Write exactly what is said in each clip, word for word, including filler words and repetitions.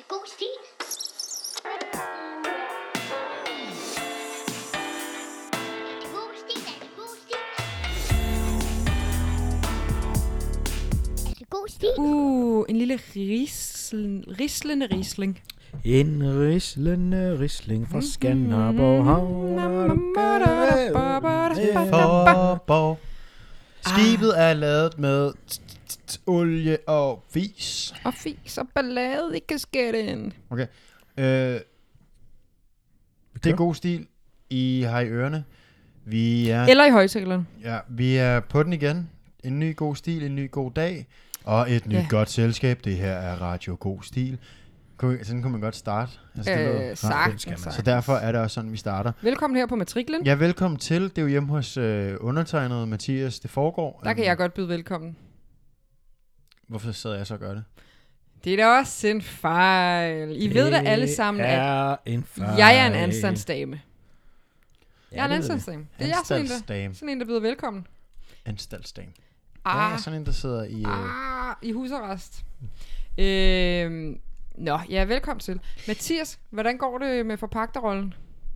det god stil? Er det god stil? Er det god stil? Er det god stil? Uh, en lille rislen, rislende risling. En rislende risling fra Skanderborg Havn. Forborg. Skibet er lavet med t- t- t- olie og vis. Og fis og ballade i kasketten. Okay. Øh, det er god stil. I har i ørerne. Vi er, Eller i højtaleren. ja, vi er på den igen. En ny god stil, en ny god dag. Og et nyt Ja. godt selskab. Det her er Radio God Stil. Kunne- Sådan kunne man godt starte. Altså, det lyder- Øh, sagtens, skal man. så sagtens. derfor er det også sådan, vi starter. Velkommen her på matriklen. Ja, velkommen til. Det er jo hjemme hos øh, undertegnede Mathias. Det foregår. Der kan jeg godt byde velkommen. Hvorfor sidder jeg så og gør det? Det er da også en fejl. I ved da alle sammen, at er en fejl. jeg er en anstandsdame. Ja, Jeg er en det ved vi. anstandsdame. Det er jeg sådan en, der, Anstaltsdame. sådan en, der byder velkommen. Anstaltsdame. Ah, Ja, sådan en, der sidder i... Øh, ah, i husarrest. Øhm, nå, ja, velkommen til. Mathias, hvordan går det med forpagterrollen?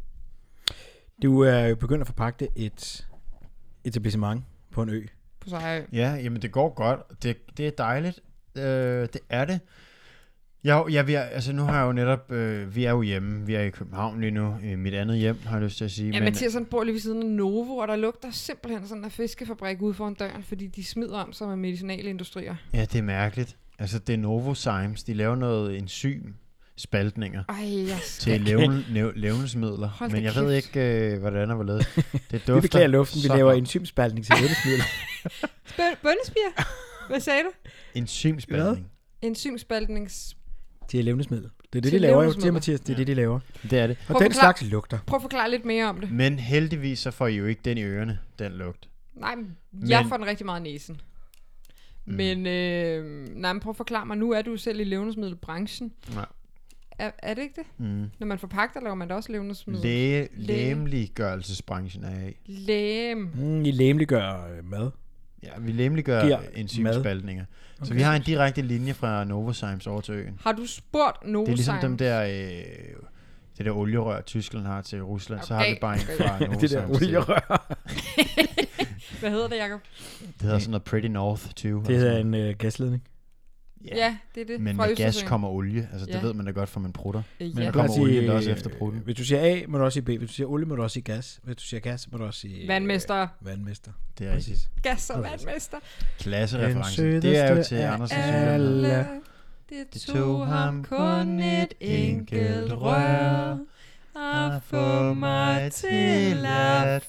Du er jo begyndt at forpagte et etablissement på en ø. På sig. ja, jamen det går godt. Det, det er dejligt. Øh, det er det. Ja, ja vi er, altså nu har jeg jo netop... Øh, vi er jo hjemme. Vi er i København lige nu. I mit andet hjem, har jeg lyst til at sige. Ja, men, Mathias han bor lige ved siden af Novo, og der lugter simpelthen sådan en fiskefabrik ude foran døren, fordi de smider om sig med medicinalindustrier. ja, det er mærkeligt. Altså, det er Novozymes. De laver noget enzym spaltninger Ej, jeg til levn, lev, levnedsmidler. Hold da Men jeg ved kæft. ikke, øh, hvordan og hvorledes. Det dufter Vi beklager luften, vi så laver godt. enzymspaltning til levnedsmidler. Bønnespiger? Hvad sagde du? Enzymspaltning. Enzymspaltnings... Til levnedsmidler. Det er det, Til de laver jo levnedsmidler. til, Mathias. Det er Ja. det, de laver. Det er det. Og Prøv den at forklare- slags lugter. Prøv at forklare lidt mere om det. Men heldigvis så får I jo ikke den i ørerne, den lugt. Nej, men jeg Men- får den rigtig meget i næsen. Mm. Men, øh, nej, men prøv at forklare mig. Nu er du selv i levnedsmiddelbranchen. Nej. Er, er det ikke det? Mm. Når man forpagter, laver man da også levnedsmiddel. Læge, lægemliggørelsesbranchen er af. Læm. Mm, I læmeliggør øh, mad. Ja, vi lægemliggør Giver enzymspaltninger. Så Okay. vi har en direkte linje fra Novozymes over til øen. Har du spurgt Novozymes? Det er ligesom dem der, øh, det der olierør, Tyskland har til Rusland. Så har Okay. vi bare en fra Novozymes. Det der til- olierør. Hvad hedder det, Jacob? Det hedder sådan noget Pretty North tyve. Det hedder en øh, gasledning. Ja, Ja, det er det. men fra med gas Østersøen. kommer olie. Altså, det Ja. ved man da godt, for man prutter. Øh, Men ja. der kommer Bare olien sige, da også øh, efter prutten. Hvis du siger A, må du også sige B. Hvis du siger olie, må du også sige gas. Hvis du siger gas, må du også sige... øh, Vandmester. Vandmester. Det er rigtigt. Gas og Præcis. vandmester. Klassereference. Den Det er jo sødeste til af Andersen alle. Sygdom. Alle. Det tog ham kun et enkelt rør at få mig til at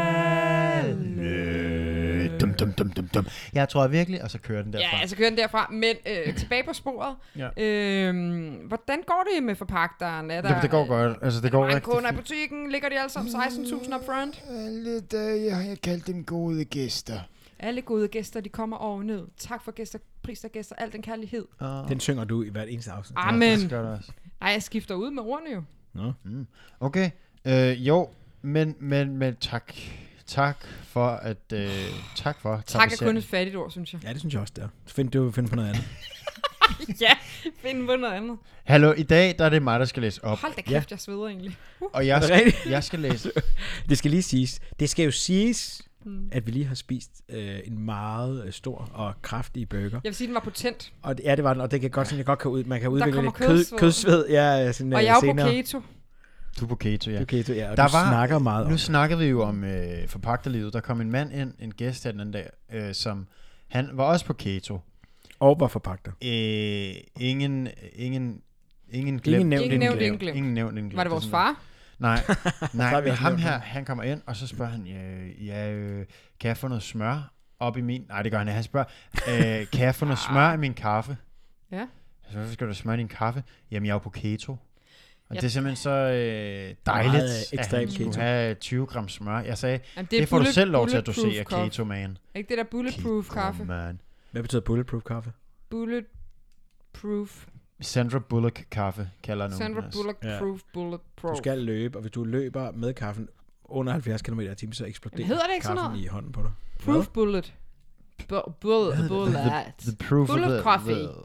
falde. Dum, dum, dum, dum, dum. Jeg tror virkelig, og så kører den derfra. Ja, altså kører den derfra. Men øh, tilbage på sporet. Ja. Øhm, hvordan går det med forpagteren? Er der, Jamen, det går godt. Altså, det går mange rigtig kunder i fint. butikken? Ligger de alle sammen seksten tusind up front? Lidt, øh, jeg har kaldt dem gode gæster. Alle gode gæster, de kommer ovened. Tak for gæster, pris af gæster, al den kærlighed. Uh, Den synger du i hvert eneste afsnit. Amen. det skal du også. Nej, jeg skifter ud med ordene jo. Nå. Mm. Okay, øh, jo, men, men, men tak. Tak for at, øh, tak for. Tak er kun et fattigt ord, synes jeg. Ja, det synes jeg også, det er. Så find, du find på noget andet. Ja, find på noget andet. Hallo, i dag der er det mig, der skal læse op. Hold da kæft, Ja. jeg sveder egentlig. Og jeg Er det skal, rigtigt? jeg skal læse. Det skal lige siges. Det skal jo siges, Hmm. at vi lige har spist øh, en meget øh, stor og kraftig burger. Jeg vil sige, den var potent. Og det, ja, det var den, og det kan godt, sådan, jeg godt kan ud, man kan udvikle kommer lidt kød, kødsved. kødsved. Ja, sådan, Og øh, jeg er jo på senere. keto. Du er på keto, ja. Okay, du, ja, og Der du var- snakker meget om Nu det. snakkede vi jo om øh, forpagterlivet. Der kom en mand ind, en gæst her den anden dag, øh, som han var også på keto. Og var forpagter. Øh, ingen, ingen, ingen glemt. Ingen nævnt, Ingen nævnt, ingen glemt. Ingen nævnt, ingen glemt. Var det vores sådan far? Nej, Så nej, har vi men også ham nævnt her, det. han kommer ind, og så spørger han, ja, ja øh, kan jeg få noget smør op i min... Nej, det gør han ikke. Han spørger, øh, kan jeg få noget smør i min kaffe? Ja. Altså, hvorfor skal du smøre i din kaffe? Jamen, jeg er jo på keto. Og Ja. det er simpelthen så øh, Meget, dejligt, øh, at ekstrem han skulle keto. have tyve gram smør. Jeg sagde, Jamen, det, det får du bullet- selv lov til at bulletproof dosere, kaffe. keto man. Ikke det der bulletproof kaffe? Man. Hvad betyder bulletproof kaffe? Bulletproof. Sandra Bullock kaffe, kalder nogen. Sandra altså. Bulletproof, bulletproof. Du skal løbe, og hvis du løber med kaffen under halvfjerds kilometer i timen, så eksploderer Jamen, hedder det ikke sådan kaffen noget? i hånden på dig. Proof bullet. Bu- bullet. Bullet. The proof Bullet of the, coffee. the,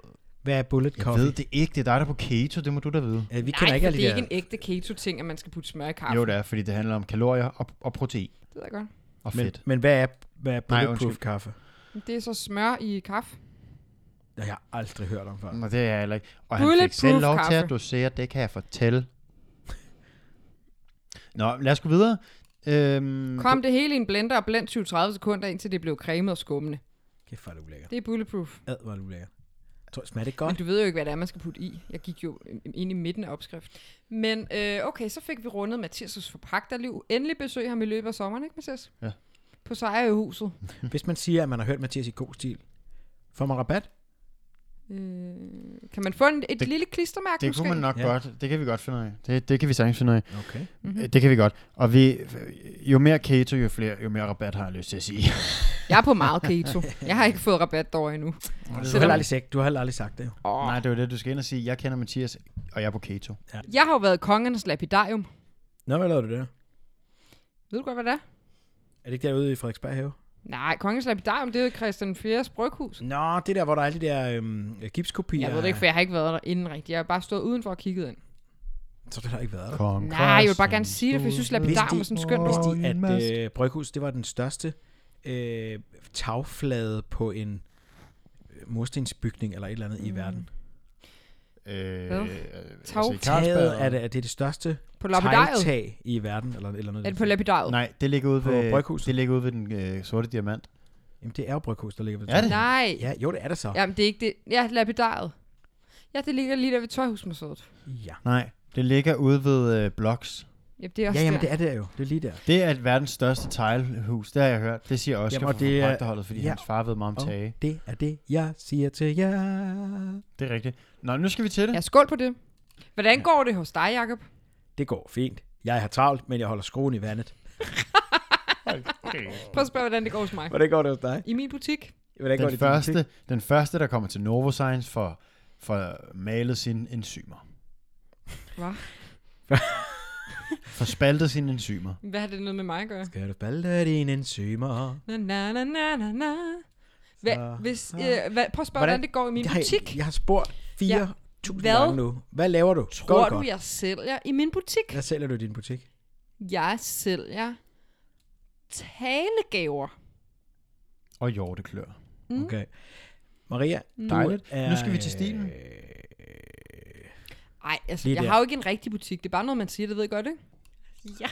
Hvad er bullet Jeg coffee? ved det ikke. Det er dig, der er på keto. Det må du da vide. Ja, vi Nej, kender ikke for alle det er de ikke der. en ægte keto-ting, at man skal putte smør i kaffe. Jo, det er, fordi det handler om kalorier og, og protein Det ved jeg godt. og Men, fedt. men hvad er, hvad er Nej, bulletproof undskyld. kaffe? Det er så smør i kaffe. Det har jeg aldrig hørt om før. Nå, det er jeg heller ikke. Og han fik selv lov til at dosere, det kan jeg fortælle. Nå, lad os gå videre. Øhm, Kom det hele i en blender og blend tyve til tredive sekunder, indtil det blev cremet og skummende. Kæft, hvor er det ulækkert. Det er bulletproof. Ad, hvor er det ulækkert. Tror, smager det Men godt? du ved jo ikke, hvad det er, man skal putte i. Jeg gik jo ind i midten af opskrift. Men øh, okay, så fik vi rundet Mathias' forpagterliv. Endelig besøg ham i løbet af sommeren, ikke Mathias? Ja. På Sejrøhuset. Hvis man siger, at man har hørt Mathias i god stil, får man rabat? Øh, kan man få en, et Det- lille klistermærke det måske? kunne man nok Ja. ja. godt. Det kan vi godt finde ud af. Det, det kan vi sagtens finde ud af. Okay. Mm-hmm. Det kan vi godt. Og vi, jo mere keto, jo flere, jo mere rabat har jeg lyst til at sige. Jeg er på meget keto. Jeg har ikke fået rabat derovre endnu. Du har, Selvom- heller aldrig sagt, du har heller aldrig sagt det. Jo. Oh. Nej, det var det, du skal ind og sige. Jeg kender Mathias, og jeg er på keto. Jeg har jo været kongernes lapidarium. Nå, hvad lavede du der? Ved du godt, hvad det er? Er det ikke derude i Frederiksberg Have? Nej, kongens lapidarium, det er jo Christian fjerdes bryghus. Nå, det der, hvor der er alle de der øhm, gipskopier. Jeg ved det ikke, for jeg har ikke været der inden rigtigt. Jeg har bare stået udenfor og kigget ind. Så det har ikke været der. Kong Nej, jeg vil bare gerne sige det, for jeg synes, lapidarium er sådan skønt ord. Vidste de, at øh, Bryghus, det var den største øh, tagflade på en øh, murstensbygning eller et eller andet mm. i verden? Øh, Hvad? altså Tag- i Taget Carlsberg. er det, er det det største På lapidariet? tegltag i verden? Eller, eller noget Er det på lapidariet? Nej, det ligger ude På ved, Bryghuset? det ligger ude ved den øh, sorte diamant. Jamen, det er jo Bryghus, der ligger ved Er det? Nej. Ja, jo, det er det så. Jamen, det er ikke det. Ja, lapidariet. Ja, det ligger lige der ved Tøjhusmuseet. Ja, Nej, det ligger ude ved øh, Blocks. Ja, det er også ja jamen, der. det er det jo. Det er lige der. Det er verdens største teglhus, det har jeg hørt. Det siger Oscar Jamen, og fra det er- forpagterholdet, fordi ja. hans far ved meget om Og tage. det er det, jeg siger til jer. Det er rigtigt. Nå, nu skal vi til det. Ja, skål på det. Hvordan går det hos dig, Jacob? Det går fint. Jeg har travlt, men jeg holder skruen i vandet. Prøv at spørge, hvordan det går hos mig. Hvordan går det hos dig? I min butik. Hvordan går Den det i din butik? første, den første, der kommer til Novozymes for, for malet sine enzymer. Hvad? For spaltet sine enzymer. Hvad har det noget med mig at gøre? Skal du spalte dine enzymer? Na, na, na, na, na, na. Hvad, Så- hvis, øh, hvad, prøv at spørge, hvordan, Hvordan- det går i min Jeg har, butik. jeg har spurgt fire tusind Hvad? gange nu. Hvad laver du? Går Tror det du, godt? jeg sælger i min butik? Hvad sælger du i din butik? Jeg sælger talegaver. Og hjorteklør. Mm. Okay. Maria, Mm. du Dejligt. er... Nu skal vi til stilen. øh, Ej, altså, Lige jeg der. har jo ikke en rigtig butik. Det er bare noget, man siger. Det ved jeg godt, ikke? Ja.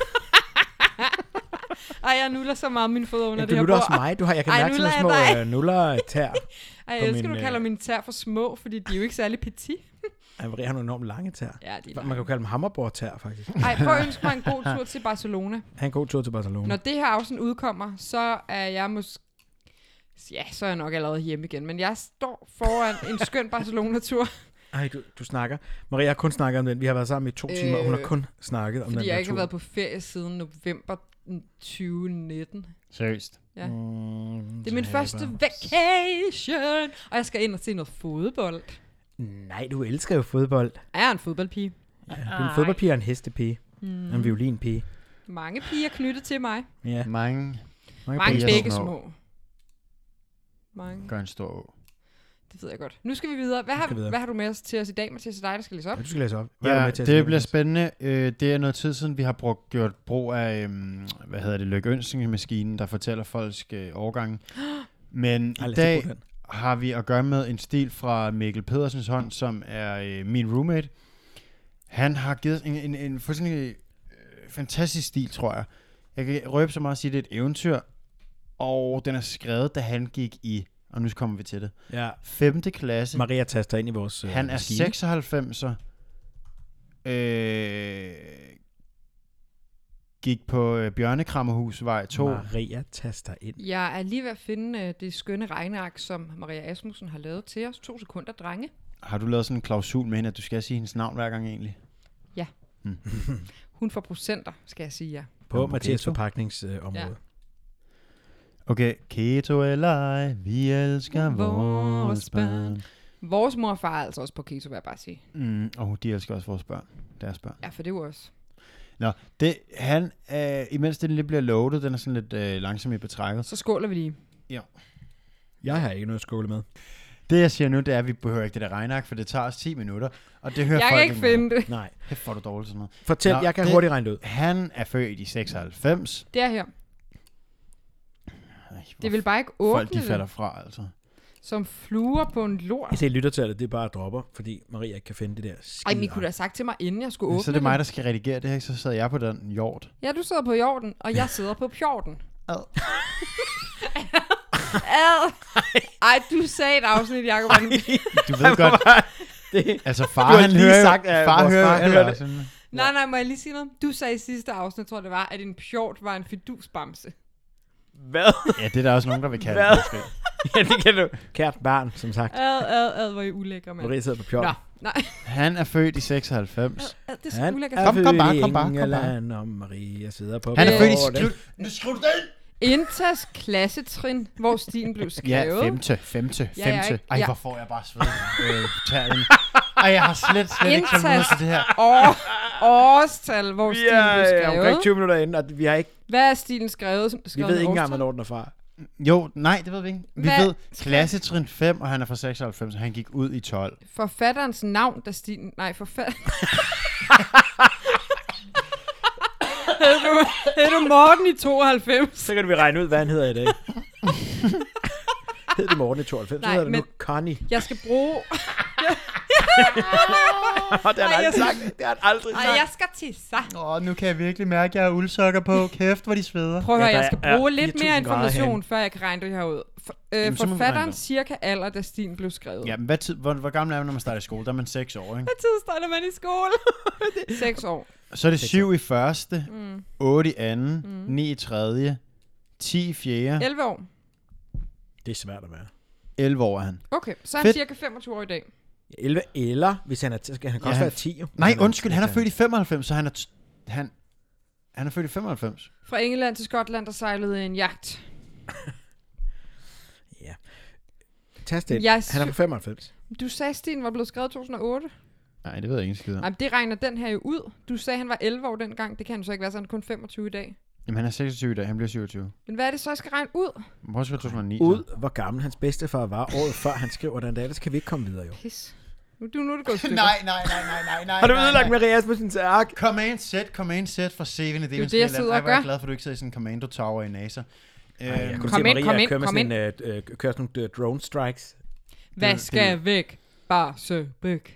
Ej, jeg nuller så meget mine fødder under Jamen, det du her nuller bord. også mig. Du har, jeg kan Ej, mærke sådan nuller nogle jeg små dig? øh, nuller tær. Ej, på jeg elsker, min, du kalder øh, mine tær for små, fordi de er jo ikke særlig petit. Ej, Maria har nogle enormt lange tær. Ja, de er Man kan jo kalde dem hammerbordtær, faktisk. Ej, prøv at ønske mig en god tur til Barcelona. Ha' en god tur til Barcelona. Når det her afsnit udkommer, så er jeg måske... Ja, så er jeg nok allerede hjemme igen. Men jeg står foran en skøn Barcelona-tur, Ej, du, du snakker. Maria har kun snakket om den. Vi har været sammen i to øh, timer, og hun har kun snakket om fordi den jeg der ikke har tur. været på ferie siden november tyve nitten. Seriøst. Ja. Mm, Det er min taber. første vacation, og jeg skal ind og se noget fodbold. Nej, du elsker jo fodbold. Jeg er en fodboldpige. Ja, du er en fodboldpige og en hestepige. Mm. Og en violinpige. Mange piger knyttet til mig. Ja. Mange Mange piger begge små. små. Mange. gør en stor å. Det ved jeg godt. Nu skal vi videre. Hvad har, skal videre. hvad har du med os til os i dag, Mathias? Dig, der skal læse op. Ja, du skal læse op. Hvad er du Ja, med til at det sige, bliver Mathias? spændende. Øh, det er noget tid siden, vi har brugt, gjort brug af, øhm, hvad hedder det, lykønskningsmaskinen, der fortæller folks øh, årgange. Men Ej, i lad os dag lige bruge den. har vi at gøre med en stil fra Mikkel Pedersens hånd, som er øh, min roommate. Han har givet os en, en, en fuldstændig øh, fantastisk stil, tror jeg. Jeg kan røbe så meget at sige, at det er et eventyr, og den er skrevet, da han gik i, og nu kommer vi til det, Ja. femte klasse. Maria taster ind i vores øh, Han er maskine. seksoghalvfemser. Øh, gik på øh, Bjørnekrammerhusvej to. Maria taster ind. Jeg er lige ved at finde øh, det skønne regneark, som Maria Asmussen har lavet til os. To sekunder, drenge. Har du lavet sådan en klausul med hende, at du skal sige hendes navn hver gang egentlig? Hun får procenter, skal jeg sige ja. På Nå, på Mathias keto. forpakningsområde. Ja. Ja. Okay, keto eller ej, vi elsker Vores vores børn. Vores mor og far er altså også på keto, vil jeg bare sige. Mm, og de elsker også vores børn. Deres børn. Ja, for det er jo også. Nå, det, han, øh, imens den lige bliver loaded, den er sådan lidt øh, langsom i betrækket. Så skåler vi lige. Jeg har ikke noget at skåle med. Det, jeg siger nu, det er, at vi behøver ikke det der regneark, for det tager os ti minutter. Og det hører Jeg folk kan ikke finde det. Nej. Det får du dårligt sådan noget. Fortæl, Nå, jeg kan det- hurtigt regne det ud. Han er født i seksoghalvfems. Det er her. Ej, Det vil bare ikke folk, de åbne falder det. fra, altså. Som fluer på en lort. Jeg ser lyttertallet, det er bare dropper, fordi Maria ikke kan finde det der skide. Ej, men I kunne da have sagt til mig, inden jeg skulle åbne Så er det mig, der skal redigere det her, ikke? Så sidder jeg på den hjort. Ja, du sidder på jorden, og jeg sidder på pjorten. Ad. Ad. Ej, du sagde et afsnit, Jacob. Du ved godt, det, altså Du far, har han lige hører, sagt, at far vores hører, far hører eller det. sådan. Nej, nej, må jeg lige sige noget? Du sagde i sidste afsnit, tror jeg det var, at en pjort var en fidusbamse. hvad? Ja, det er der også nogen, der vil kalde Hvad? det. måske. Ja, det kan du. Kært barn, som sagt. Ad, ad, ad, hvor I ulækker, mand. Maria sidder på pjort. Nå, nej. Han er født i seksoghalvfems. Ad, det er så Han ulækkert. er Kom, kom bare, født kom i bare, kom bare. England, og Maria sidder på Han er Øh, født i... pjorten. Skriv, nu skriv det ind! Intas klassetrin, hvor stilen blev skrevet. Ja, femte, femte, Ja, jeg er femte. ikke- Ej, ja. hvor får jeg bare sved. øh, tæerne. Ej, jeg har slet, slet ikke Intas tålmodighed til det her. år, årstal, hvor Vi stilen blev er øh, skrevet. omkring tyve minutter inde, og vi har ikke, Hvad er stilen skrevet? Som vi skrevet ved med ikke engang, årstal? hvornår den er fra. Jo, nej, det ved vi ikke. Vi Hvad? ved klassetrin fem, og han er fra seksoghalvfems, og han gik ud i tolv. Forfatterens navn, da stilen... Nej, forfatter... Hed du, hed du Morten i tooghalvfems? Så kan vi regne ud, hvad han hedder i dag. Hed det Morten i tooghalvfems? Så Nej, hedder det nu men- Connie. Jeg skal bruge... Og det har han Ej, aldrig jeg- sagt. Det har han aldrig Ej, sagt. jeg skal tisse. Åh, oh, nu kan jeg virkelig mærke, at jeg har uldsokker på. Kæft, hvor de sveder. Prøv at Ja, høre, der jeg skal er bruge lidt fire tusind mere grader information, herinde. før jeg kan regne det her ud. For, øh, Jamen, så må vi regne forfatterens det. cirka alder, da stilen blev skrevet. Ja, men hvad tid, hvor, hvor gammel er man, når man starter i skole? Der er man seks år, ikke? Hvad tid starter man i skole? Seks år. Så er det Seks syv i første, Mm. otte i anden, ni i tredje, ti i fjerde, elleve år. Det er svært at være. elleve år er han. Okay, så er han Fedt. cirka femogtyve år i dag. elleve eller, hvis han er... Skal han kan Ja, også han- være ti. jo. Nej, Hvis undskyld, han er født i femoghalvfems, så han er... T- han, han er født i femoghalvfems. Fra England til Skotland, der sejlede en jagt. Ja. Tast det. Jeg Han er sy- på femoghalvfems. Du sagde, stilen var blevet skrevet i to tusind og otte. Nej, det ved jeg ikke skid om. Nej, men det regner den her jo ud. Du sagde, han var elleve år dengang. Det kan han så ikke være, så han er kun femogtyve i dag. Jamen, han er seksogtyve i dag, han bliver syvogtyve. Men hvad er det så, jeg skal regne ud? Prøv at skrive to tusind og ni. så. Ud, hvor gammel hans bedstefar var året før han skriver den der. Ellers kan vi ikke komme videre, jo. Pis. Nu, du, nu er det gået i stykker. nej, nej, nej, nej, nej, nej. Har du nej, ødelagt nej. Maria Asmussens ark? Command set, command set fra Saving Det er jo det, jeg sidder og Ej, hvor er jeg gør. glad for, at du ikke sidder i sådan en commando tower i NASA. Ej, jeg Øhm, kunne Kom se ind, Maria kom ind, køre med kom sådan en, øh, øh, køre sådan nogle øh, drone strikes. Hvad det- skal væk? Bare sø væk.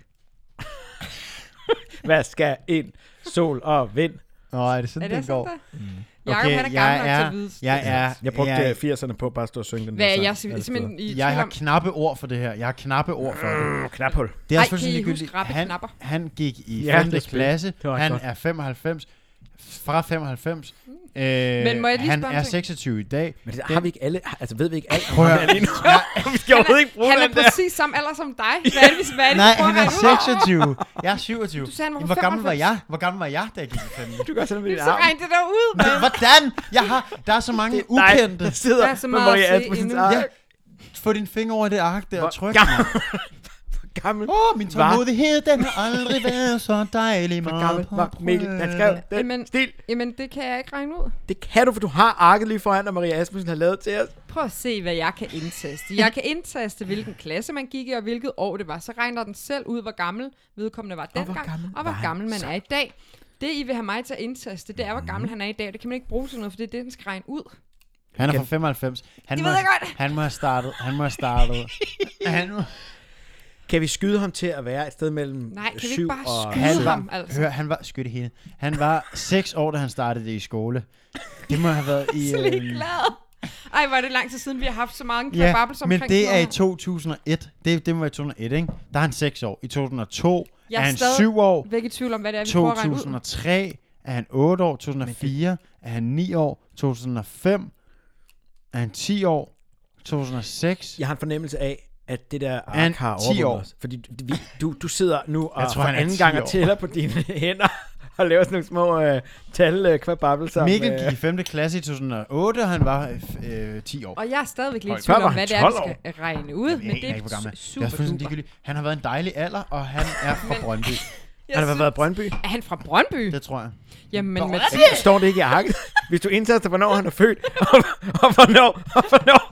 Hvad skal ind? Sol og vind. Åh, er det Er sådan, det den sådan går? der? Mm. Jakob, Okay, han er jeg gammel nok er- til at vide. Jeg er... Jeg brugte jeg, jeg, firserne på bare at stå og synge den Hvad der er sang jeg alle sim- steder. simpelthen i jeg tvivl har om? knappe ord for det her. Jeg har knappe ord for det. Mm, Knaphul. Det er Ej, også fuldstændig kan I huske ligegyldigt. rappe Han, knapper? han gik i Ja, femte det er klasse. Det var Han godt. er femoghalvfems. Fra femoghalvfems. Øh, Men må jeg lige han spørge om er ting? seksogtyve i dag. Men det Den- har vi ikke alle... Altså, ved vi ikke alt om Prøv at ham høre. her lige nu? Vi skal overhovedet ikke bruge Han er den der. præcis samme alder som dig. Hvad er det, vi hvad er det, Nej, vi prøver han at er regne ud? seksogtyve. Jeg er syvogtyve. Du sagde, han var Jamen, hvor gammel var femoghalvfems. jeg? Hvor gammel var jeg, da jeg gik i femte? Du gør sådan med din Så arm. regn det der ud, Men mand. hvordan? Jeg har, der er så mange Det er dig, ukendte. der sidder Der er så med meget Maria at se Asmussens endnu. ark. Ja. Få din finger over det ark der og tryk. gammel. Hvor gammel. Åh, oh, min tålmodighed, den har aldrig været så dejlig. Hvor meget gammel på var Mikkel? Han skrev prøve. den Jamen- stil. Jamen, det kan jeg ikke regne ud. Det kan du, for du har arket lige foran, og Maria Asmussen har lavet til os. Prøv at se, hvad jeg kan indtaste. Jeg kan indtaste, hvilken klasse man gik i, og hvilket år det var. Så regner den selv ud, hvor gammel vedkommende var hvor dengang, gammel og hvor var han gammel man så? er i dag. Det, I vil have mig til at indtaste, det er, hvor gammel han er i dag. Det kan man ikke bruge til noget, for det er det, den skal regne ud. Han er fra femoghalvfems. Han Det må, ved jeg godt. han må have startet. Han må have startet. han, må, Kan vi skyde ham til at være et sted mellem Nej, kan vi ikke syv bare og... skyde han var, ham, altså? hør, han var, skyt det hele. Han var seks år, da han startede det i skole. Det må have været i... Så øhm, glad. Ej, hvor er det lang tid siden, vi har haft så mange Ja, kvababbels men omkring det sådan er i noget to tusind og et. Det, det må være i to tusind og et, ikke? Der er han seks år. I to tusind og to Jeg er er han stadig syv år. her. Væk i tvivl om, hvad det er, vi prøver to at regne tusind ud. og tre er han otte år. to tusind og fire er han ni år. to tusind og fem er han ti år. to tusind og seks. Jeg har en fornemmelse af, at det der Han ark har ti overvundet år. os. Fordi du, vi, du, du sidder nu og Jeg tror, for han er anden ti gang og år. tæller på dine hænder og laver sådan nogle små øh, tal øh, kvababbelser. Mikkel med- gik i femte klasse i to tusind og otte, og han var øh, ti år. Og jeg er stadigvæk lidt i Høj. tvivl Før var om, hvad han det er, vi tolv skal regne ud. Jeg Men aner det ikke, hvor gammel er han er. Det er super fuldstændig duper. ligegyldigt. Han har været en dejlig alder, og han er fra Men- Brøndby. Han har været i Brøndby. Er han fra Brøndby? Det tror jeg. Jamen, men Brøndby? Mathias, Står det ikke i arket? hvis du indtaster, hvornår han er født, og, og hvornår, og hvornår,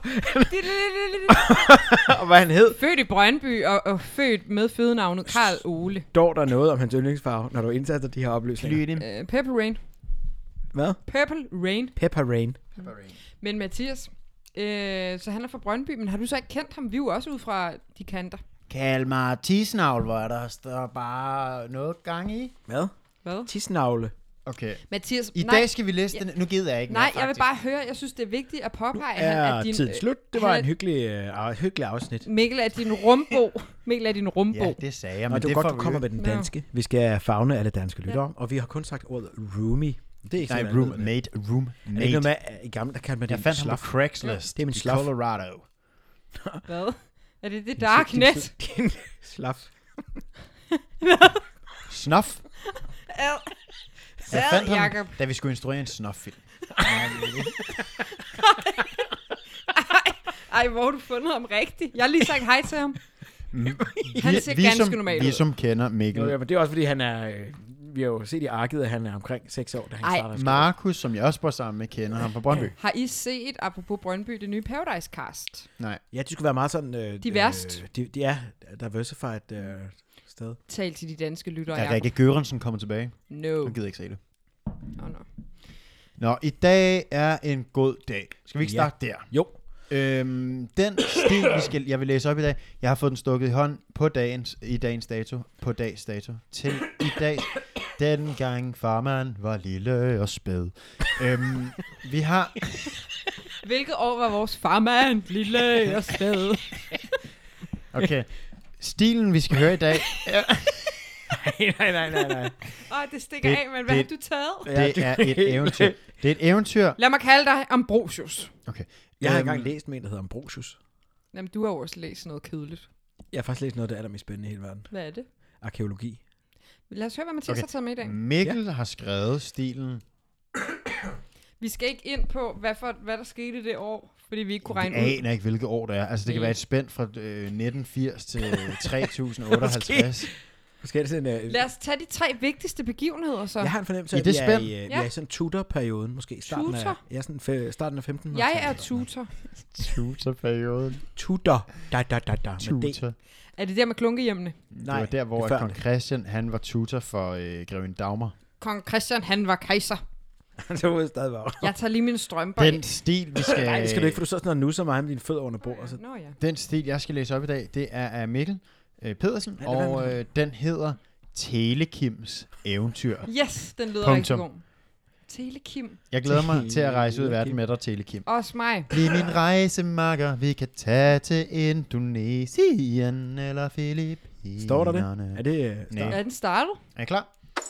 og hvad han hed, Født i Brøndby og, og født med fødenavnet Karl Ole. står der noget om hans yndlingsfarve, når du indtaster de her oplysninger. Lydim. Uh, Purple Rain. Hvad? Purple Rain. Pepper Rain. Men Mathias, øh, så han er fra Brøndby, men har du så ikke kendt ham? Vi er jo også ud fra de kanter. Kald mig tisnavl, hvor der står bare noget gang i. Hvad? Hvad? Tisnavle. Okay. Mathias, I nej, dag skal vi læse Ja. den. Nu gider jeg ikke nej, mere, jeg vil faktisk. bare høre, jeg synes, det er vigtigt at påpege, at han Er er din... tiden slut? Det var han en er- hyggelig, uh, hyggelig afsnit. Mikkel er din rumbo. Mikkel er din rumbo. Ja, det sagde jeg, Nå, men det er det godt, får du vi kommer jo- med den Nå. danske. Vi skal fagne alle danske lyttere, og vi har kun sagt ordet roomie. Det er ikke Nej, sådan, roommate, Er det ikke roommate. noget med, at i gamle, der kaldte man det Jeg en fandt ham på slaf. Craigslist Det er min i slaf. Colorado. Hvad? Er det det darknet? Din slaf. Snuff. Ad. Jeg Ad, fandt ham, Jacob. da vi skulle instruere en snuff-film. Ej, hvor har du fundet ham rigtigt? Jeg har lige sagt hej til ham. Han ser vi, ganske som, normal vi ud. som kender Mikkel. Nå, ja, men det er også fordi, han er... Øh, vi har jo set i arket, at han er omkring seks år, da han Ej, starter. i skole. Markus, som jeg også bor sammen med, kender ham fra Brøndby. Har I set, apropos Brøndby, det nye Paradise Cast? Nej. Ja, de skulle være meget sådan... Øh, Diverst. Øh, de, de er diversified øh, sted. Tal til de danske lyttere. Er Jacob. Rikke Gørensen kommet tilbage? No. Jeg gider ikke se det. Oh, no. Nå, i dag er en god dag. Skal vi ikke Ja. starte der? Jo. Øhm, den stil, vi skal, jeg vil læse op i dag, jeg har fået den stukket i hånd på dagens, i dagens dato, på dags dato, til i dag, den gang farmand var lille og spæd. øhm, vi har, Hvilket år var vores farmand lille og sted? okay, stilen vi skal høre i dag, nej, nej, nej, nej. Åh, det stikker Det- af, men hvad det- har du taget? det er et eventyr. Det er et eventyr. Lad mig kalde dig Ambrosius. Okay. Jeg har Øhm, engang læst med en, der hedder Ambrosius. Jamen, du har jo også læst noget kedeligt. Jeg har faktisk læst noget af det allermest spændende i hele verden. Hvad er det? Arkeologi. Lad os høre, hvad Mathias Okay. har taget med i dag. Mikkel ja. har skrevet stilen. Vi skal ikke ind på, hvad, for, hvad der skete det år, fordi vi ikke kunne regne Jeg ud. aner ikke, hvilket år det er. Altså, det kan Nej. være et spænd fra øh, nitten firs til tre tusind otteoghalvtreds. Måske er det sådan, øh, Lad os tage de tre vigtigste begivenheder så. jeg har en fornemmelse I af, det at vi er, spænd? i, øh, vi Ja. er i sådan Tudor-perioden, måske. Starten af, Tutor? ja, sådan fe, starten af femten Jeg er tutor. Tutorperioden. Tudor. Da, da, da, da. Med D. Tutor. Er det der med klunkehjemmene? Det Nej, var der, hvor det er før kong det. Christian, han var tutor for øh, grevinde Dagmar. Kong Christian, han var kejser. Så ud stadig var. Jeg tager lige mine strømper Den af. stil, vi skal... Nej, det skal du ikke, for du så sådan noget nu så meget med dine fødder under Nå bordet. ja, Så. Nå ja. Den stil, jeg skal læse op i dag, det er af Mikkel øh, Pedersen, Ja, det var og han. øh, den hedder Telekims eventyr. Yes, den lyder Punktum. rigtig god. Telekim. Jeg glæder mig til at rejse ud i verden Telekim. med dig, Telekim. Også mig. Bliv min rejsemakker, vi kan tage til Indonesien eller Filippinerne. Står der det? Er det øh, Nej. start? Er den startet? Er I klar?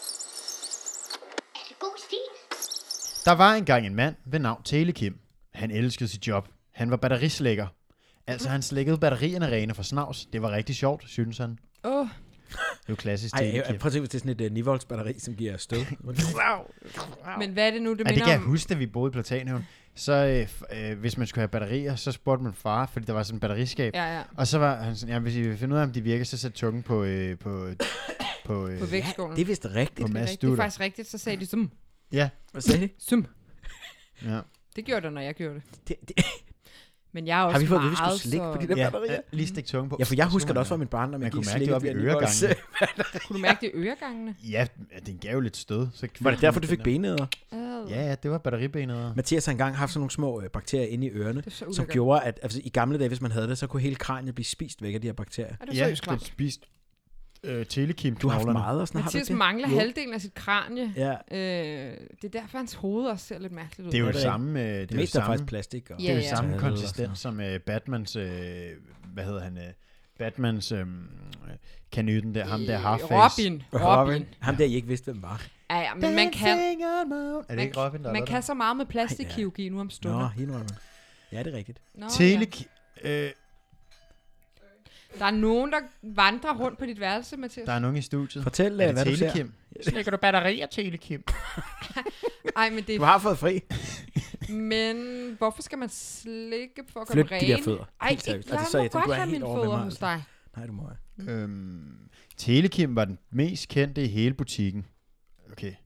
Er det god stil? Der var engang en mand ved navn Telekim. Han elskede sit job. Han var batterislækker. Altså, han slækkede batterierne rene for snavs. Det var rigtig sjovt, synes han. Åh, oh, Det er jo klassisk Ej, Telekim. jeg, prøv at se, hvis det er sådan et uh, ni volts batteri, som giver stød. men hvad er det nu, det Ja, det minder kan jeg om? huske, da vi boede i Platanhaven. Så øh, f- øh, hvis man skulle have batterier, så spurgte man far, fordi der var sådan et batteriskab. Ja, ja. Og så var han sådan, ja, hvis I vil finde ud af, om de virker, så sæt tungen på, øh, på, på, øh, På vægtskålen. Det er vist rigtigt. på Det er, Mads rigtigt. det er Dutter. faktisk rigtigt, så sagde de sum. Ja, Hvad sagde de? Sum. ja. Det gjorde det, når jeg gjorde det. Det, det, Men jeg er også har vi fået at vide, at vi meget, skulle slikke på de der ja, batterier? lige stik tungen på. Ja, for jeg Så husker man det også da- fra min barndom. Man Jeg kunne gik mærke det slikket op i via ni volts. øregangene. Kunne du mærke det i øregangene? Ja, den gav jo lidt stød. Så Var det derfor, du fik benæder? Ad. Ja, ja, det var batteribenet. Mathias har engang haft sådan nogle små øh, bakterier inde i ørerne, Det er så som ulækkert. gjorde, at altså, i gamle dage, hvis man havde det, så kunne hele kraniet blive spist væk af de her bakterier. Er det Ja, seriøst den klart? spiste øh, telekim. Du har haft meget og sådan har du Mathias ikke det? mangler Jo. halvdelen af sit kranie. Ja, Øh, det er derfor, hans hoved også ser lidt mærkeligt ud. Det er jo Ja, det det er samme. øh, Det er det jo meste er samme. faktisk plastik. Og Det er jo Ja, ja. samme Taget og sådan konsistens som øh, Batmans, øh, hvad hedder han, øh, Batmans øh, kanyten der, ham der Half-Face. Robin. noget. Robin. Ham der, I ikke vidste, hvem var. Ja, ja, men man kan, Dancing on moon. Er det man, ikke Robin, der man er kan så meget med plastikkirurgi nu om Nå, stunder. hende var det. Ja, det er rigtigt. Nå, Telekim. Øh, ja. Der er nogen, der vandrer rundt på dit værelse, Mathias. der er nogen i studiet. Fortæl, Er øh, hvad det du ser. Telekim? Slækker du batterier, Telekim? Ej, men det Du er... har fået fri. Men hvorfor skal man slikke for at komme Flyt rene? de der fødder. Ej, Helt ikke, seriøst. jeg Altså, så må jeg tænker, godt du er have helt mine over ved fødder mig, hos altså. dig. Nej, du må ikke. Øhm, Telekim var den mest kendte i hele butikken. Okay.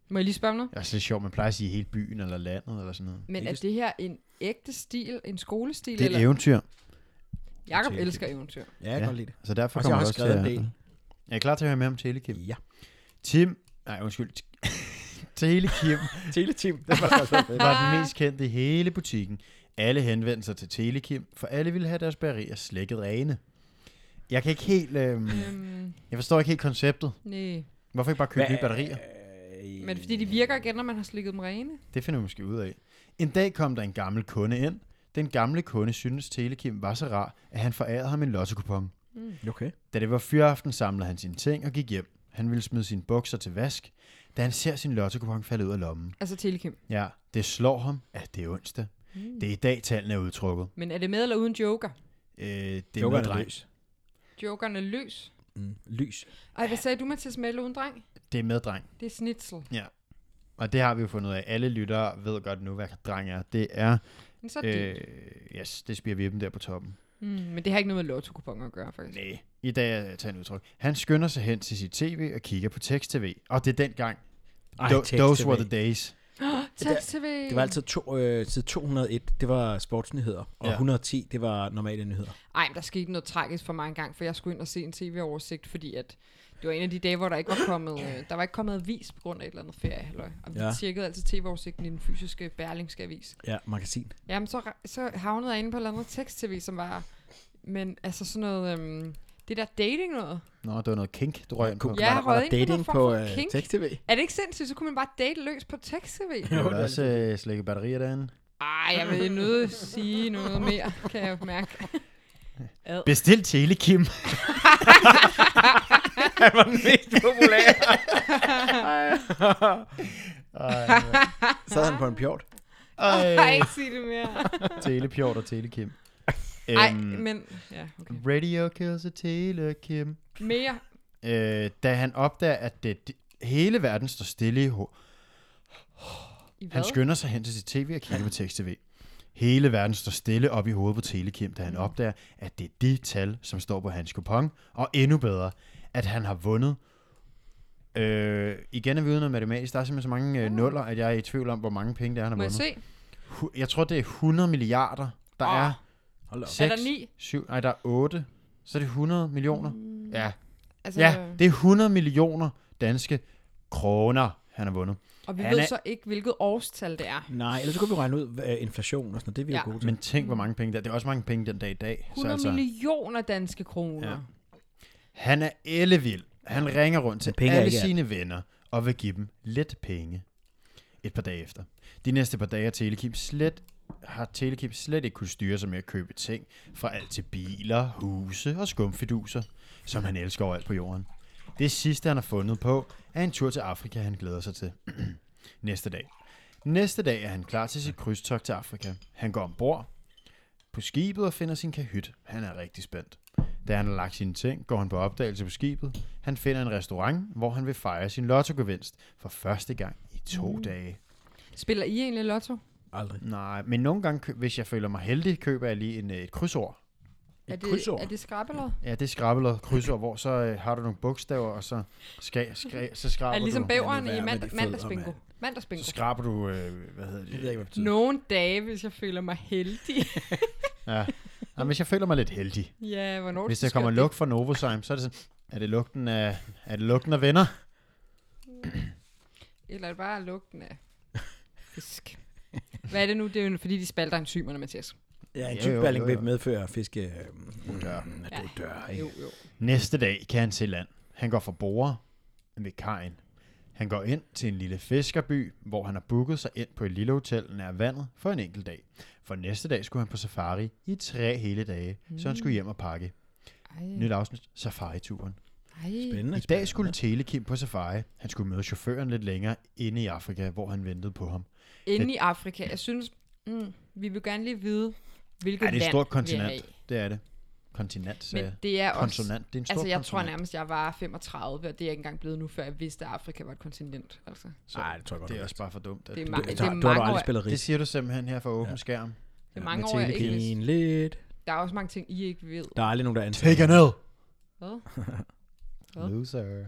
Må jeg lige spørge om noget? Det er også lidt sjovt, man plejer at sige hele byen eller landet eller sådan noget. Men Ikke er det her en ægte stil, en skolestil? Det er et eller? eventyr, Jakob Telekim. elsker eventyr. Ja, jeg kan Ja. godt lide det. så derfor Og så har kommer jeg du også også skrevet til en at... del. Jeg er klar til at høre mere om Telekim. Ja. Tim... Nej, undskyld. Telekim Teleteam, det var også fedt. var den mest kendte i hele butikken. Alle henvendte sig til Telekim, for alle ville have deres bagerier slækket rene. Jeg kan ikke helt... Øhm, Øhm, jeg forstår ikke helt konceptet. nej. Hvorfor ikke bare købe Hvad- nye batterier? Men er det fordi, de virker igen, når man har slikket dem rene? Det finder vi måske ud af. En dag kom der en gammel kunde ind. Den gamle kunde syntes Telekim var så rar, at han forærede ham en lottokupon. Mm. Okay. Da det var fyraften, samlede han sine ting og gik hjem. Han ville smide sine bukser til vask, da han ser sin lottokupon falde ud af lommen. Altså Telekim. Ja, det slår ham, at det er onsdag. Mm. Det er i dag, tallene er udtrukket. Men er det med eller uden joker? Øh, det er Jokeren med er dreng. løs. Jokeren er løs. Mm. Lys. Ej, hvad sagde du, Mathias, med eller uden dreng? Det er med dreng. Det er snitsel. Og det har vi jo fundet ud af. Alle lyttere ved godt nu, hvad dreng er. Det er, Men så er det. øh, yes, det spiger vippen der på toppen. Mm, men det har ikke noget med lotto-kuponer at gøre, faktisk. Nej, i dag er jeg en udtryk. Han skynder sig hen til sit tv og kigger på tekst-tv. Og det er dengang. Ej, Do- tekst-tv. those were the days. Tekst-tv. Det var altid to, øh, side to hundrede og et, det var sportsnyheder, og Ja. et hundrede og ti, det var normale nyheder. Ej, men der skete noget tragisk for mig engang, for jeg skulle ind og se en tv-oversigt, fordi at det var en af de dage, hvor der ikke var kommet, øh, der var ikke kommet avis på grund af et eller andet ferie. Halløj. Og vi Ja. ja. tjekkede altid tv-oversigten i den fysiske Berlingske avis. Ja, magasin. Jamen, så, så havnede jeg inde på et eller andet tekst-tv, som var, men altså sådan noget, øhm, det der dating noget. Nå, det var noget kink, du røg ind på. Ja, jeg var, der, var røget der ind på dating noget på form for øh, kink. tekst-tv? Er det ikke sindssygt, så kunne man bare date løs på tekst-tv? Du har også øh, slækket batterier derinde. Ej, jeg vil nødt sige noget mere, kan jeg mærke. Ad. Bestil Telekim. Han var den mest populære. Ej, Sad han på en pjort? ej. Ej, ikke sige det mere. Telepjort og Telekim. Ej, Øhm, men... Ja, okay. Radio kills a Telekim. Mere. Øh, da han opdager, at det, det, hele verden står stille i ho- I hvad? Han skynder sig hen til sit tv og kigger på tekst-tv. Hele verden står stille op i hovedet på Telekim, da han opdager, at det er de tal, som står på hans kupon, og endnu bedre, at han har vundet. Øh, igen er vi uden noget matematisk. Der er simpelthen så mange øh, nuller, at jeg er i tvivl om, hvor mange penge det er, han har Må jeg vundet. se? Hu- Jeg tror, det er hundrede milliarder. Der Åh. er Hold da op. seks, Er der ni? syv, nej, der er otte. Så er det hundrede millioner. Mm, Ja, Altså, ja, det er hundrede millioner danske kroner, han har vundet. og vi han ved er- så ikke, hvilket årstal det er. Nej, ellers så kunne vi regne ud hvad, inflation og sådan noget. Det er vi Ja. jo gode til. Men tænk, hvor mange penge der. Det er også mange penge den dag i dag. Så hundrede altså, millioner danske kroner. Ja. han er ellevild. Han ringer rundt til Men penge er alle ikke alt. sine venner og vil give dem lidt penge. Et par dage efter. De næste par dage har Telekim slet, har Telekim slet ikke kunne styre sig med at købe ting fra alt til biler, huse og skumfiduser, som han elsker overalt på jorden. Det sidste, han har fundet på, er en tur til Afrika, han glæder sig til. Næste dag. Næste dag er han klar til sit krydstogt til Afrika. Han går ombord på skibet og finder sin kahyt. Han er rigtig spændt. Da han har lagt sine ting, går han på opdagelse på skibet. Han finder en restaurant, hvor han vil fejre sin lottogevinst for første gang i to mm. dage. Spiller I egentlig lotto? Aldrig. Nej, men nogle gange, kø- hvis jeg føler mig heldig, køber jeg lige en, øh, et krydsord. Er Et det, krydsord? er det skrabelod? Ja, det er skrabelod krydsord, hvor så øh, har du nogle bogstaver, og så, ska- skra- så skraber Er det ligesom du... bæveren Ja, i det er værd med mand- de mandagsbingo? fødder, Mandagsbingo. Så skraber du, øh, hvad hedder Det ved det? jeg ikke, hvad det betyder. Nogle dage, hvis jeg føler mig heldig. Ja. Jamen, hvis jeg føler mig lidt heldig. Ja, hvornår Hvis det der kommer lugt fra Novozyme, så er det sådan, er det lugten af, er det lugten af venner? Eller er det bare lugten af fisk? Hvad er det nu? Det er jo fordi, de spalter enzymerne, Mathias. Ja, en Jo, tyk jo, balling jo, vil jo. medføre fiske øh, dør. Ja. Ja. dør ikke? Jo, jo. Næste dag kan han se land. Han går fra borde ved kajen. Han går ind til en lille fiskerby, hvor han har booket sig ind på et lille hotel nær vandet for en enkelt dag. For næste dag skulle han på safari i tre hele dage, mm. så han skulle hjem og pakke. Ej, Nyt afsnit, safari-turen. ej. Spændende. I dag skulle Telekim på safari. Han skulle møde chaufføren lidt længere inde i Afrika, hvor han ventede på ham. Inde i Afrika. Jeg synes, mm, vi vil gerne lige vide, hvilket Ja, det er et land stort vi er kontinent. i. Det er det. Kontinent, sagde Men jeg. det er også... Konsonant, det er en stor Altså, jeg tror kontinent. nærmest, jeg var femogtredive, og det er jeg ikke engang blevet nu, før jeg vidste, at Afrika var et kontinent. Altså. Så Nej, det tror jeg godt. det er du også bare for dumt. At Det er du- ma- vidste. det Du, er har- du har du mange aldrig år- spillet det rig. siger du simpelthen her for åben Ja. skærm. Det er mange Med år, jeg ikke vidste. Pinligt. Der er også mange ting, I ikke ved. Der er aldrig nogen, der ansætter. Take a nil. Hvad? Hvad? Loser.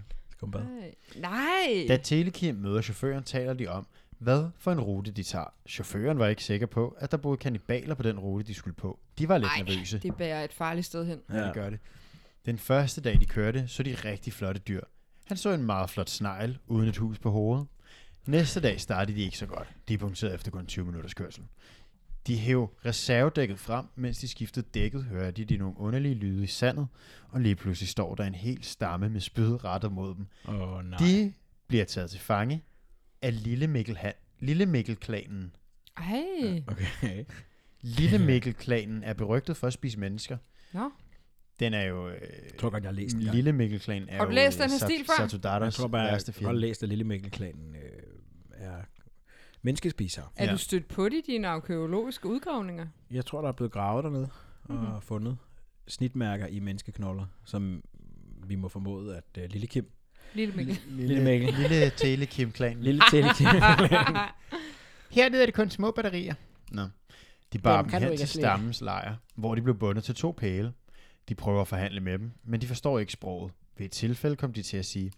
skumbad. Nej. Nej. Da Telekim møder chaufføren, taler de om, hvad for en rute de tager. Chaufføren var ikke sikker på, at der boede kannibaler på den rute, de skulle på. De var lidt Ej, nervøse. det bærer et farligt sted hen. Ja, det gør det. Den første dag, de kørte, så de rigtig flotte dyr. Han så en meget flot snegl uden et hus på hovedet. Næste dag startede de ikke så godt. De punkterede efter kun tyve minutters kørsel. De hæv reservedækket frem, mens de skiftede dækket, hørte de nogle underlige lyde i sandet, og lige pludselig står der en hel stamme med spyd rettet mod dem. Åh, oh, nej. De bliver taget til fange af Lille Mikkel Lille Mikkel-klanen. Ej. Okay. Lille Mikkel-klanen er berygtet for at spise mennesker. Nå. Den er jo... Øh, Jeg tror godt, jeg har læst den. Lille Mikkel-klanen er Har du jo, læst øh, den her Sat- stil før? Satudatas Jeg tror bare, jeg værste har godt fjende. læst, at Lille Mikkel-klanen øh, er menneskespisere. Er Ja. du stødt på det i dine arkeologiske udgravninger? Jeg tror, der er blevet gravet dernede og Mhm. fundet snitmærker i menneskeknogler, som vi må formode, at uh, Lille Kim, Lille Mikkel. Lille Mikkel. Lille Telekim-klanen. Lille Telekim, Hernede er det kun små batterier. Nå. De bar Dem dem kan du hen ikke til slet. stammens lejr, hvor de blev bundet til to pæle. De prøver at forhandle med dem, men de forstår ikke sproget. Ved et tilfælde kom de til at sige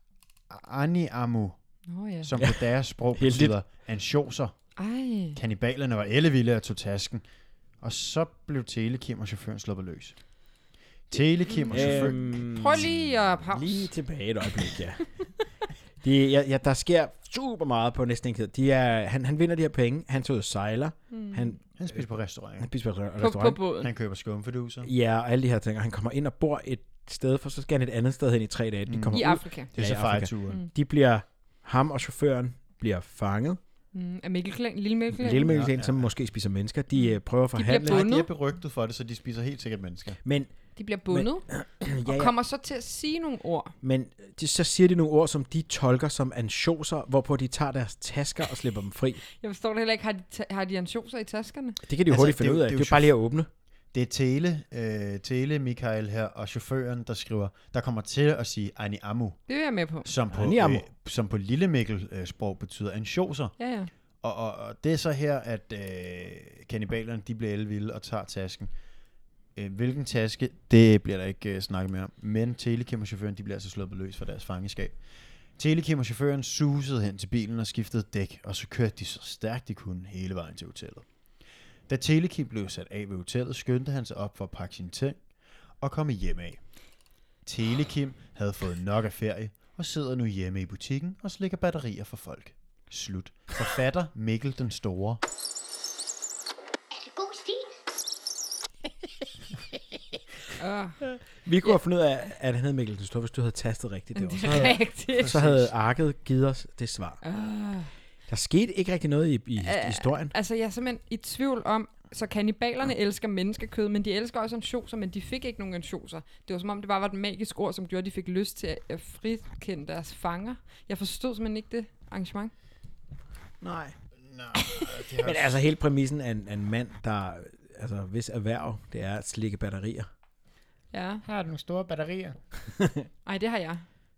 Ani Amu, Nå ja. som på deres sprog Heldigt. betyder ansjoser. Ej. Kannibalerne var ellevilde og tog tasken. Og så blev Telekim og chaufføren sluppet løs. Telekim og chaufføren... øhm, Prøv lige at pause. Lige tilbage et øjeblik, ja. De, ja, ja. Der sker super meget på næsten en tid. De er, han, han vinder de her penge. Han tager ud og sejler. Mm. Han, Han spiser på restauranter. han spiser på re- På, på restaurant. båden. Han køber skumfiduser. Ja, og alle de her ting. Og han kommer ind og bor et sted, for så skal han et andet sted hen i tre dage. De Mm. kommer I ud. Afrika. Det er Ja, så i Afrika. fejreturen. Mm. De bliver, ham og chaufføren bliver fanget. Mm. Er Mikkelklan, lille Mikkelklan? Lille Mikkel, Ja, ja, ja. som måske spiser mennesker. De Mm. øh, prøver at bliver forhandle. bundet. Nej, de er berygtet for det, så de spiser helt sikkert mennesker. Men, De bliver bundet, ja, og ja, kommer så til at sige nogle ord. men de, så siger de nogle ord, som de tolker som ansjoser, hvorpå de tager deres tasker og slipper dem fri. Jeg forstår det heller ikke. Har de, ta- har de ansjoser i taskerne? Det kan de jo Altså, hurtigt det er finde jo- ud af. det er Det er jo jo bare lige at åbne. Det er Tele, øh, Tele Michael her, og chaufføren, der skriver, der kommer til at sige Ani Amu, Det er jeg med på. som på, Ani Amu. øh, som på Lille Mikkel-sprog øh, sprog betyder ansjoser. Ja, ja. Og, og, og det er så her, at øh, kannibalerne, de bliver ellevilde og tager tasken. Øh, hvilken taske, det bliver der ikke øh, snakket mere om. Men Telekim og chaufføren, de bliver altså sluppet løs fra deres fangeskab. Telekim og chaufføren susede hen til bilen og skiftede dæk, og så kørte de så stærkt de kunne hele vejen til hotellet. Da Telekim blev sat af ved hotellet, skyndte han sig op for at pakke sine ting og komme hjem af. Telekim havde fået nok af ferie og sidder nu hjemme i butikken og slikker batterier for folk. Slut. Forfatter Mikkel den Store. Er det god stil? Uh, Vi kunne have fundet ud af, at han hed Mikkel den Store, hvis du havde tastet rigtigt det det år. Så er havde, rigtigt. så havde arket givet os det svar. Uh, Der skete ikke rigtig noget i, i Øh, historien. altså, jeg er simpelthen i tvivl om, så kannibalerne elsker menneskekød, men de elsker også ansjoser, men de fik ikke nogen ansjoser. Det var som om, det bare var et magisk ord, som gjorde, at de fik lyst til at- at frikende deres fanger. Jeg forstod simpelthen ikke det arrangement. Nej. Nej, Men altså hele præmissen af en, af en mand, der, altså hvis erhverv, det er at slikke batterier. Ja. Har du nogle store batterier? Ej, det har jeg.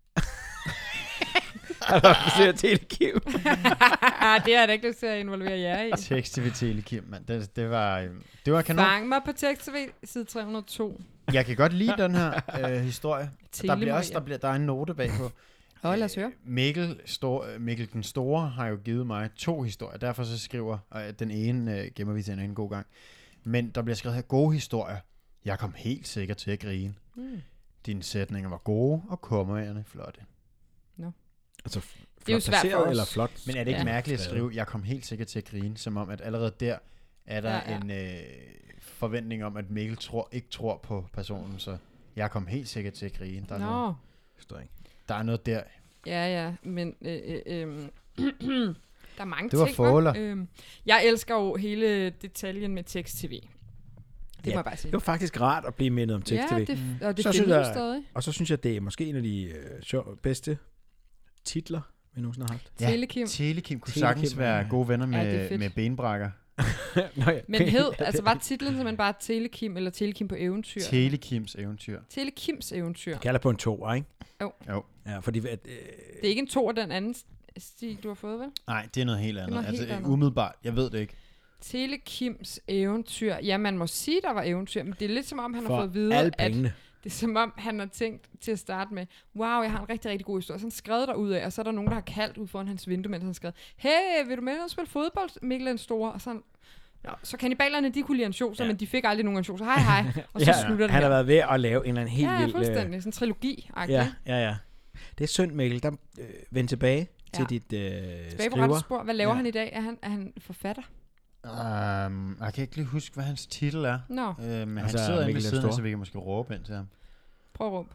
Altså, Telekim. det har jeg da ikke lyst til at involvere jer i. Tekst T V Telekim, mand. Det, det var, øh, det var kanon. Fang mig på tekst-tv, side tre hundrede og to. Jeg kan godt lide den her øh, historie. Der bliver også der, Telemaria. bliver, der er en note bagpå. Åh, lad os høre. Mikkel, Stor, Mikkel den Store har jo givet mig to historier. Derfor så skriver, og den ene øh, gemmer vi til en anden god gang. Men der bliver skrevet her gode historier. Jeg kom helt sikkert til at grine. Mm. Dine sætninger var gode, og kommaerne flotte. Altså, Det er jo flot svært for placeret os. eller flot. Men er det ikke Ja. mærkeligt at Skrevet. skrive, jeg kom helt sikkert til at grine, som om, at allerede der er der Ja, ja, ja. ja. en øh, forventning om, at Mikkel tror, ikke tror på personen, så jeg kom helt sikkert til at grine. Der er, noget, Nå, Forstår ikke. der er noget der. ja, ja, men øh, øh, øh, der er mange Det var ting. fåler. Øh, jeg elsker jo hele detaljen med tekst-tv. Det Ja, må jeg bare sige. Det var faktisk rart at blive mindet om tekst-tv. Ja, det, og det Så findes synes jo jeg- stadig. Og så synes jeg, det er måske en af de øh, sjov, bedste titler, vi nogensinde har haft. Ja, Telekim. Telekim kunne Telekim sagtens være er- gode venner Ja, det er med, fedt. med benbrækker. Nå, ja. Men hed, altså var titlen simpelthen bare Telekim, eller Telekim på eventyr? Telekims eventyr. Telekims eventyr. kalder på en toer, ikke? Jo. Jo. Ja, fordi at, øh, Det er ikke en to af den anden stil, du har fået, vel? Nej, det er noget helt andet. noget helt altså, andet. umiddelbart, jeg ved det ikke. Telekims eventyr. Ja, man må sige, der var eventyr, men det er lidt som om, han har for fået at vide, alle at pengene. Det er som om, han har tænkt til at starte med, wow, jeg har en rigtig, rigtig god historie. Så han skrevet derud af, og så er der nogen, der har kaldt ud foran hans vindue, mens han har skrevet, hey, vil du med og spille fodbold, Mikkel den Store? Og sådan, ja, så kannibalerne, de kunne lide ansjoser, ja. Men de fik aldrig nogen ansjoser. Hej, hej. Og så ja, slutter det han her. har været ved at lave en eller anden helt ja, vild... Ja, fuldstændig. Sådan en trilogi. Ja, ja, ja. Det er synd, Mikkel. Der øh, vend tilbage ja. til dit øh, tilbage på skriver. rette spor. Hvad laver Ja. han i dag? Er han, er han forfatter? Um, jeg kan ikke lige huske, hvad hans titel er. Nå, Uh, men Altså, han sidder inde ved Mikkel den siden af, Store. så vi kan måske råbe ind til ham. prøv at råbe.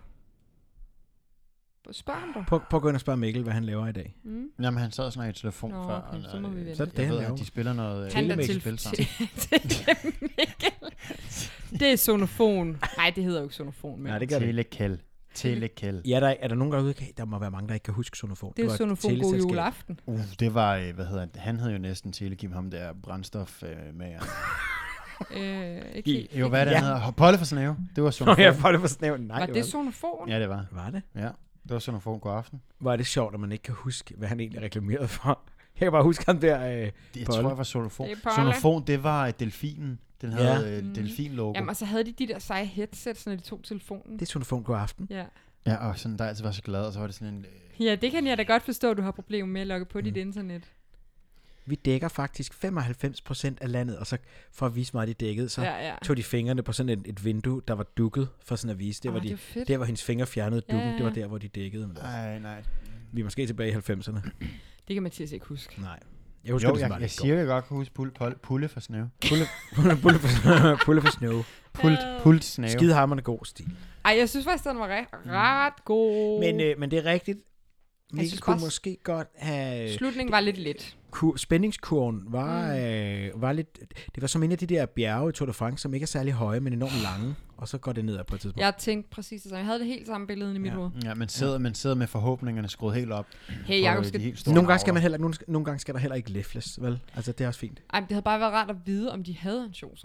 Spørg ham dog. Prøv, prøv at gå ind og spørge Mikkel, hvad han laver i dag. Mm. Jamen, han sad sådan i telefon Nå, før. okay, så må vi vente. Så er det det, jeg han ved, laver. at de spiller noget Han er til, telespil sammen. til, til Mikkel. Det er sonofon. Nej, det hedder jo ikke sonofon. Men Nej, det gør det ikke. Telekæld. Telekæld. Ja, der, er der nogen derude? Der må være mange, der ikke kan huske sonofon. det er var et sonofon god teleselskab. juleaften. Uh, det var, øh, hvad hedder det? Han havde jo næsten Telekim, ham der brændstof øh, med. Øh, ikke helt. Jo, hvad er det, Ja. han hedder? Polle for Snæve. Det var Nå, sonofon. jeg får det for snævnt. Nej, Var det det var, sonofon? Ja, det var. var det? Ja, det var sonofon. God aften. Var det sjovt, at man ikke kan huske, hvad han egentlig reklamerede for? Jeg kan bare huske ham der. Øh, Det, jeg Polle. tror, det var sonofon. Det er Polle. Sonofon, det var øh, delfinen. Den havde Ja. ja. øh, Mhm. delfin-logo. Jamen, og så havde de de der seje headsets, når de tog telefonen. det er sonofon god aften. Ja. Ja, og sådan, der altid var så glad, og så var det sådan en... Øh, ja, det kan jeg da godt forstå, at du har problemer med at logge på mm. dit internet. Vi dækker faktisk femoghalvfems procent af landet, og så for at vise mig, at de dækkede, så Ja, ja. tog de fingrene på sådan et, et vindue, der var dukket for sådan at vise. Det var, Åh, de, det er fedt. der, hvor hendes fingre fjernede Ja, dukken, ja, det var ja. der, hvor de dækkede. Men altså, nej, nej. vi er måske tilbage i halvfemserne. Det kan Mathias ikke huske. Nej. Jeg husker Jo, det, som jeg, var jeg lidt siger, jeg godt kan huske pulle, pulle, pulle for Snæve. Pulle, pulle, pulle, for, pulle for snow. Pult, Øh. pult Snæve. Skidehammerende god stil. Ej, jeg synes faktisk, den var ret, ret god. Men, øh, men det er rigtigt. Mikkel synes kunne bare- måske godt have... Slutningen var lidt let. Kur, spændingskurven var, Mm. øh, var lidt... Det var som en af de der bjerge i Tour de France, som ikke er særlig høje, men enormt lange. Og så går det nedad på et tidspunkt. Jeg tænkte præcis det samme. Jeg havde det helt samme billede i mit Ja. hoved. Ja, man sidder, man sidder med forhåbningerne skruet helt op. Hey, på, Jacob øh, skal... de helt store Nogle gange, skal navler. man heller, nogle, nogle gange skal der heller ikke lefles, vel? Altså, det er også fint. Ej, men det havde bare været rart at vide, om de havde ansjoser.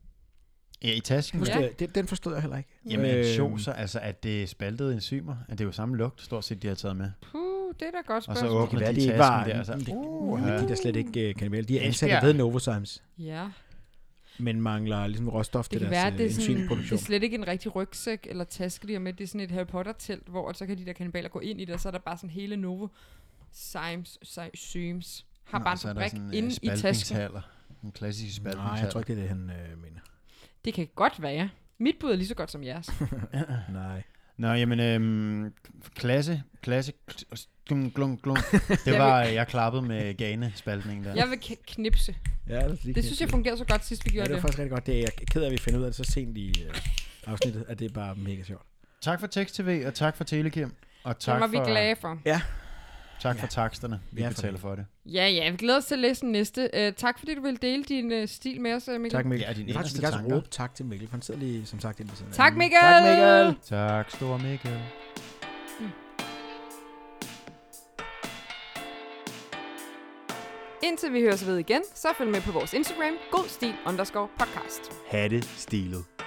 Ja, i tasken. Ja. Ja. Det, den forstod jeg heller ikke. Jamen, Øhm, ansjoser, altså at det er spaltede enzymer, at det er jo samme lugt, stort set, de har taget med. Puh, det er da et godt Og så spørgsmål. Det åbner kan være, de de ikke tasken var... der, så, det, uh, men de er da slet ikke uh, kannibale. De er ansatte Esbjerg. ved Novozymes, Ja, men mangler ligesom råstof det til kan deres være, at det er, øh, sådan, det enzymproduktion. er slet ikke en rigtig rygsæk eller taske, de har med. Det er sådan et Harry Potter-telt, hvor så kan de der kannibaler gå ind i det, og så er der bare sådan hele Novo Symes, Symes har Nå, bare en så er der fabrik sådan, øh, inde i tasken. spaltningshaller. En klassisk spaltningshaller. Nej, jeg tror ikke, det er det, han øh, mener. Det kan godt være. Mit bud er lige så godt som jeres. Nej. Nå, jamen, øhm, klasse, klasse, glung, glung, glung. Det Jeg var, jeg klappede med gane-spaltningen der. Jeg vil k- knipse. Ja, det, Det synes jeg fungerede så godt, sidst vi Ja, gjorde det er det. faktisk rigtig godt. Det er jeg er ked af, at vi finder ud af det så sent i øh, afsnittet, at det er bare mega sjovt. Tak for tekst-tv, og tak for Telekim. Og Det tak var vi for, glade for. tak Ja. for taksterne. Vi Ja, for betaler det. for det. Ja, ja, vi glæder os til at læse den næste. Uh, tak fordi du ville dele din uh, stil med os, uh, Mikkel. Tak, Mikkel. Ja, dine vi kan faktisk, inderste vi kan også tanker. råbe tak til Mikkel, for han sidder lige, som sagt, inde ved siden af Tak, ham. Mikkel! Tak, Mikkel! Tak, store Mikkel. Indtil vi høres ved igen, så følg med på vores Instagram, godstil underscore podcast. Ha' det stilet.